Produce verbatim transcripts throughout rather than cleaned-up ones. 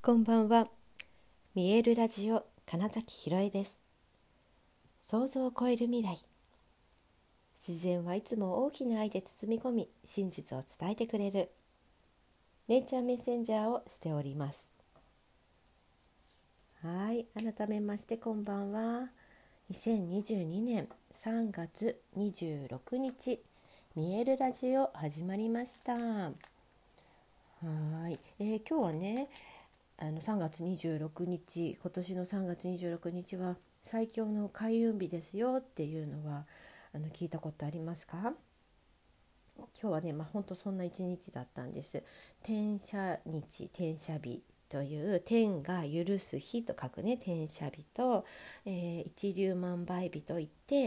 こんばんは。見えるラジオ金崎ひろえです。想像を超える未来。自然はいつも大きな愛で包み込み、真実を伝えてくれるネイチャーメッセンジャーをしております。はい、改めましてこんばんは。にせんにじゅうにねんさんがつにじゅうろくにち、見えるラジオ始まりました。はい、えー、今日はねあのさんがつにじゅうろくにち、今年のさんがつにじゅうろくにちは最強の開運日ですよっていうのはあの聞いたことありますか？今日はね、まあ本当そんな一日だったんです。天赦日、天赦日という天が許す日と書くね、天赦日と、えー、一粒万倍日といって、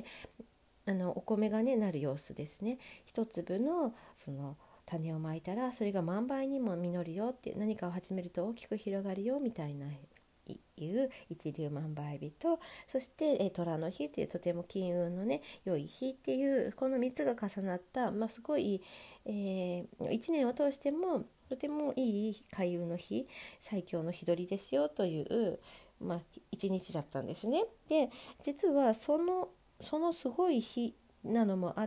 あのお米がねなる様子ですね。一粒のその種をまいたらそれが万倍にも実るよっていう、何かを始めると大きく広がるよみたいないいう一粒万倍日と、そして、えー、虎の日っていうとても金運のね良い日っていう、このみっつが重なった、まあ、すごい、えー、いちねんを通してもとてもいい開運の日、最強の日取りですよという、まあ、一日だったんですね。で実はそのそのすごい日なのもあって、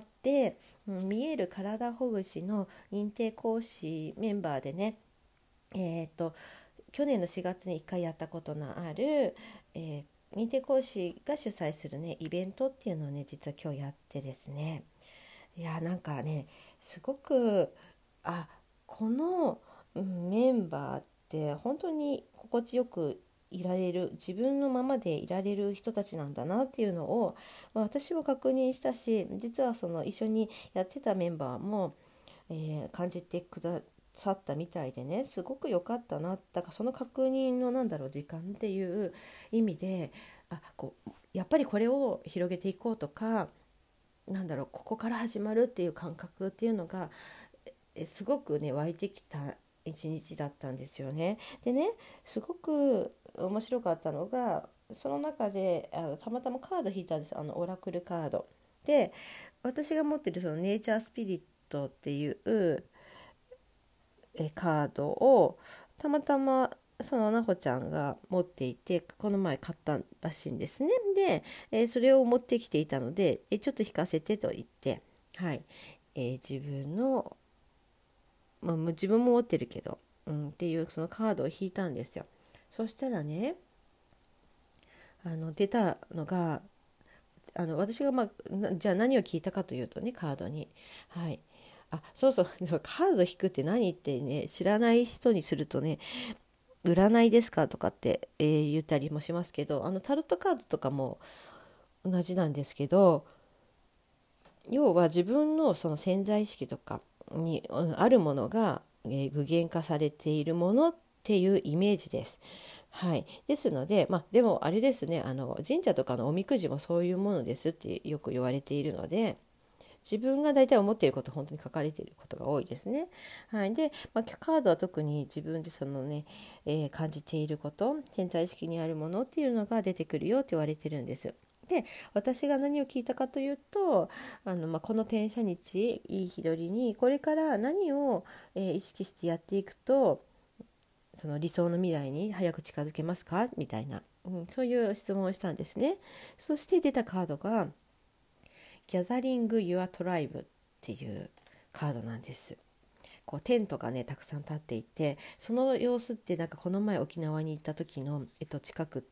うん、見える体ほぐしの認定講師メンバーでね、えー、と去年のしがつにいっかいやったことのある、えー、認定講師が主催するねイベントっていうのをね実は今日やってですね、いやなんかねすごくあこの、うん、メンバーって本当に心地よくいられる、自分のままでいられる人たちなんだなっていうのを、まあ、私も確認したし、実はその一緒にやってたメンバーも、えー感じてくださったみたいでね、すごく良かったな。だからその確認のなんだろう時間っていう意味で、あこうやっぱりこれを広げていこうとか、なんだろうここから始まるっていう感覚っていうのがえすごくね湧いてきた一日だったんですよね。でね、すごく面白かったのが、その中であのたまたまカード引いたんです。あのオラクルカードで、私が持ってるそのネイチャースピリットっていうえカードをたまたまそのなほちゃんが持っていて、この前買ったらしいんですね。で、えーそれを持ってきていたので、えちょっと引かせてと言って、はい、えー自分の、まあ、自分も持ってるけど、うん、っていうそのカードを引いたんですよ。そしたらね、あの出たのが、あの私が、まあ、じゃあ何を聞いたかというとね、カードに、はい、あそうそうそう、カード引くって何ってね知らない人にするとね、占いですかとかって、えー言ったりもしますけど、あのタロットカードとかも同じなんですけど、要は自分のその潜在意識とかにうんあるものが、えー具現化されているものっていうイメージです。はい、ですので、まあ、でもあれですね、あの神社とかのおみくじもそういうものですってよく言われているので、自分が大体思っていること本当に書かれていることが多いですね。はい、で、まあ、カードは特に自分でそのね、えー感じていること、潜在意識にあるものっていうのが出てくるよって言われてるんです。で、私が何を聞いたかというと、あの、まあ、この転写日いい日取りにこれから何を、えー意識してやっていくとその理想の未来に早く近づけますかみたいな、うん、そういう質問をしたんですね。そして出たカードがギャザリング・ユア・トライブっていうカードなんです。こうテントがねたくさん立っていて、その様子ってなんかこの前沖縄に行った時の、えっと、近くって、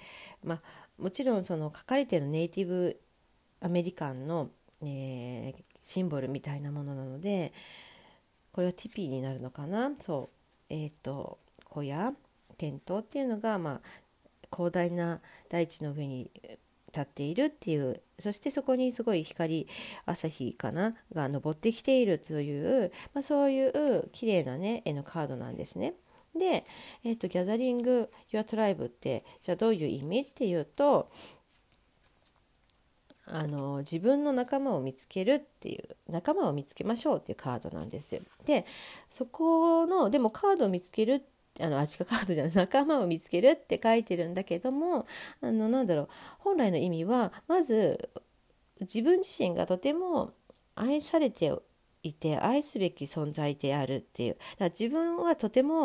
まあ、もちろんその書かれてるネイティブアメリカンの、えーシンボルみたいなものなので、これはティピーになるのかな。そうえっ、と小屋テントっていうのが、まあ、広大な大地の上に立っているっていう、そしてそこにすごい光、朝日かなが昇ってきているという、まあ、そういう綺麗なね絵のカードなんですね。で、えーと、ギャザリング・ユア・トライブってじゃあどういう意味っていうと、あの自分の仲間を見つけるっていう、仲間を見つけましょうっていうカードなんですよ。でそこのでもカードを見つける、あのあ違うカードじゃない、仲間を見つけるって書いてるんだけども、あのなんだろう、本来の意味はまず自分自身がとても愛されていて愛すべき存在であるっていう、だから自分はとても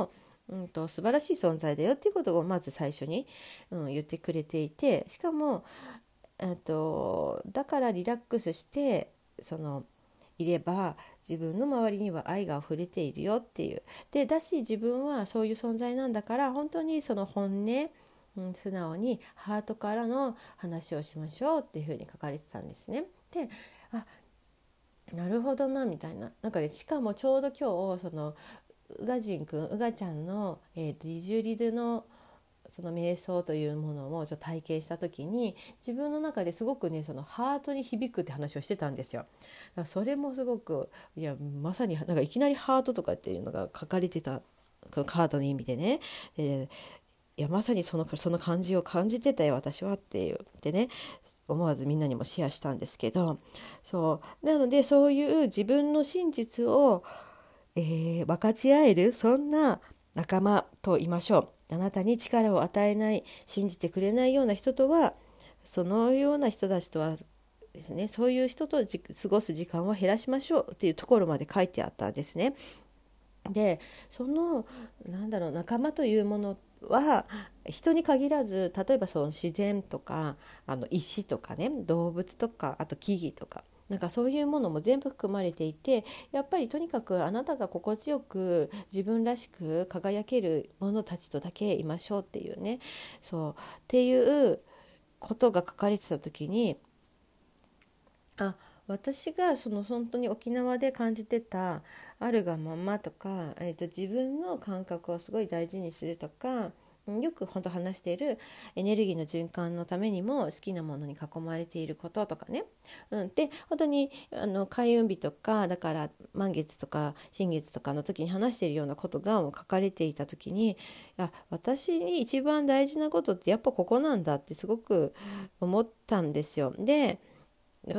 うんと、素晴らしい存在だよっていうことをまず最初に、うん、言ってくれていて、しかも、えっと、だからリラックスしてそのいれば自分の周りには愛が溢れているよっていうでだし自分はそういう存在なんだから本当にその本音、うん、素直にハートからの話をしましょうっていうふうに書かれてたんですね。で、あ、なるほどなみたいな。なんかね、しかもちょうど今日そのうがじんくんうがちゃんの、えー、リジュリドのその瞑想というものもちょっと体験した時に自分の中ですごくねそのハートに響くって話をしてたんですよ。だからそれもすごくいやまさになんかいきなりハートとかっていうのが書かれてたこのカードの意味でね、でいやまさにそのその感じを感じてたよ私はって言ってね思わずみんなにもシェアしたんですけど、そうなのでそういう自分の真実を、えー分かち合えるそんな仲間といましょう。あなたに力を与えない信じてくれないような人とはそのような人たちとはですね、そういう人とじ過ごす時間を減らしましょうっていうところまで書いてあったんですね。でそのなんだろう仲間というものは人に限らず例えばその自然とかあの石とかね動物とかあと木々とかなんかそういうものも全部含まれていてやっぱりとにかくあなたが心地よく自分らしく輝ける者たちとだけいましょうっていうねそうっていうことが書かれてた時にあ私がその本当に沖縄で感じてたあるがままとか、えーと、自分の感覚をすごい大事にするとかよく本当話しているエネルギーの循環のためにも好きなものに囲まれていることとかね、うん、で本当にあの開運日とかだから満月とか新月とかの時に話しているようなことが書かれていた時にあ私に一番大事なことってやっぱここなんだってすごく思ったんですよ。で、うん、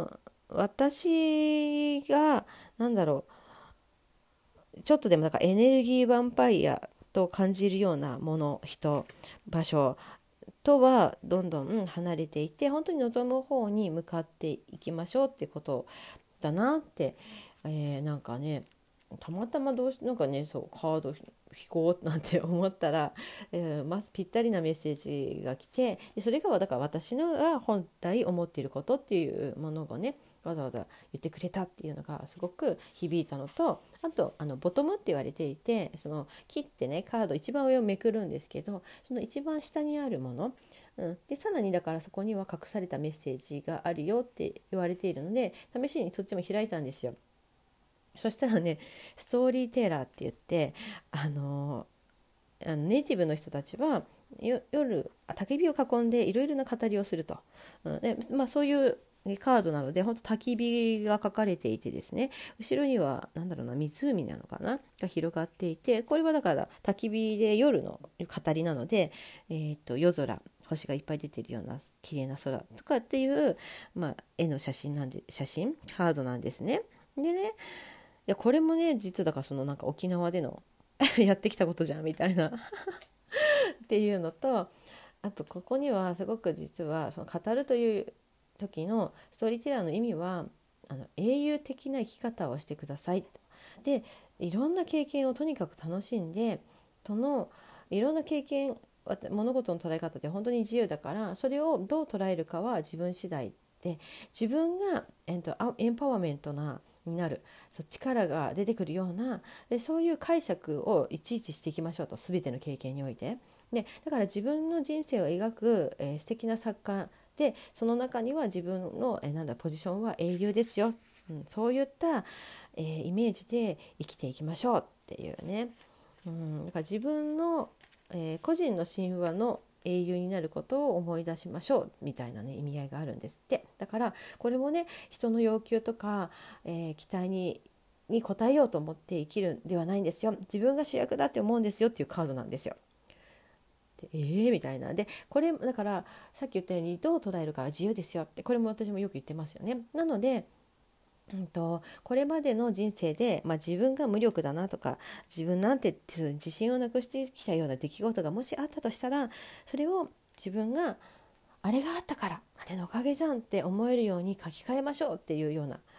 私がなんだろうちょっとでもなんかエネルギーヴァンパイアと感じるようなもの人場所とはどんどん離れていて本当に望む方に向かっていきましょうっていうことだなって、えー、なんかねたまたまどうしなんかねそうカード引こうなんて思ったら、えーまずぴったりなメッセージが来てでそれがだから私のが本来思っていることっていうものをねわざわざ言ってくれたっていうのがすごく響いたのとあとあのボトムって言われていてその切ってねカード一番上をめくるんですけどその一番下にあるもの、うん、でさらにだからそこには隠されたメッセージがあるよって言われているので試しにそっちも開いたんですよ。そしたらねストーリーテラーって言ってあのあのネイティブの人たちは夜焚き火を囲んでいろいろな語りをすると、うん、で、まあ、そういうカードなので本当焚き火が書かれていてですね後ろには何だろうな湖なのかなが広がっていてこれはだから焚き火で夜の語りなので、えー、と夜空星がいっぱい出てるような綺麗な空とかっていう、まあ、絵の写真なんで写真カードなんですね。でねいやこれもね実だからそのなんか沖縄でのやってきたことじゃんみたいなっていうのとあとここにはすごく実はその語るという時のストーリーテラーの意味はあの英雄的な生き方をしてくださいでいろんな経験をとにかく楽しんでそのいろんな経験物事の捉え方って本当に自由だからそれをどう捉えるかは自分次第で自分がエンパワーメントなになるそう力が出てくるようなでそういう解釈をいちいちしていきましょうと全ての経験においてでだから自分の人生を描く、えー、素敵な作家でその中には自分の、えー、なんだポジションは英雄ですよ、うん、そういった、えー、イメージで生きていきましょうっていうね、うん、だから自分の、えー、個人の神話の英雄になることを思い出しましょうみたいな、ね、意味合いがあるんですって。だからこれもね人の要求とか、えー、期待にに応えようと思って生きるんではないんですよ自分が主役だって思うんですよっていうカードなんですよ。でえーみたいなでこれだからさっき言ったようにどう捉えるかは自由ですよってこれも私もよく言ってますよね。なのでうんと、これまでの人生で、まあ、自分が無力だなとか自分なんてっていう自信をなくしてきたような出来事がもしあったとしたらそれを自分があれがあったからあれのおかげじゃんって思えるように書き換えましょうっていうような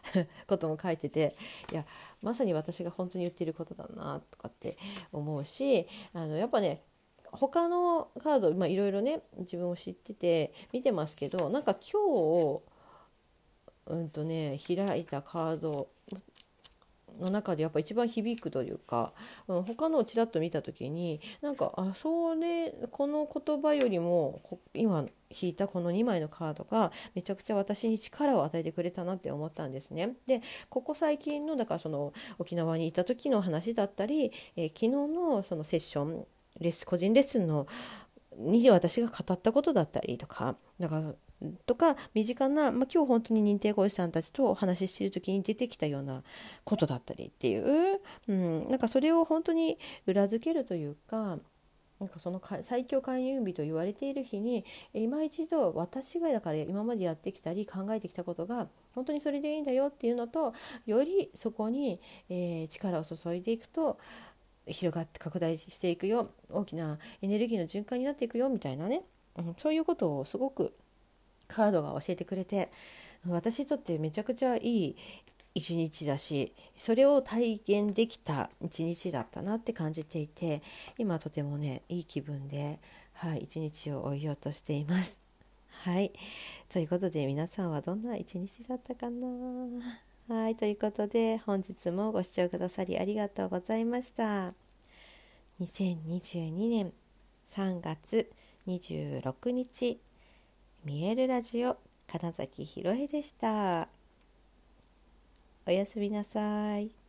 ことも書いてて、いやまさに私が本当に言ってることだなとかって思うし、あのやっぱね他のカード、まあ、いろいろね自分を知ってて見てますけど、なんか今日うんとね開いたカードの中でやっぱ一番響くというか、うん、他のをちらっと見た時になんかあそれこの言葉よりも今引いたこのにまいのカードがめちゃくちゃ私に力を与えてくれたなって思ったんですね。でここ最近のだからその沖縄にいた時の話だったり、えー昨日のそのセッションレッス個人レッスンのに私が語ったことだったりとか、だからとか身近な、まあ、今日本当に認定講師さんたちとお話ししている時に出てきたようなことだったりっていう、うん、なんかそれを本当に裏付けるというか、なんかその最強開運日と言われている日に今一度私がだから今までやってきたり考えてきたことが本当にそれでいいんだよっていうのと、よりそこに、えー力を注いでいくと広がって拡大していくよ、大きなエネルギーの循環になっていくよみたいなね、うん、そういうことをすごくカードが教えてくれて、私にとってめちゃくちゃいい一日だし、それを体現できた一日だったなって感じていて、今とてもねいい気分で、はい、一日を終えようとしています。はい、ということで皆さんはどんな一日だったかな。はい、ということで本日もご視聴くださりありがとうございました。にせんにじゅうにねんさんがつにじゅうろくにち、見えるラジオ金崎ひろえでした。おやすみなさい。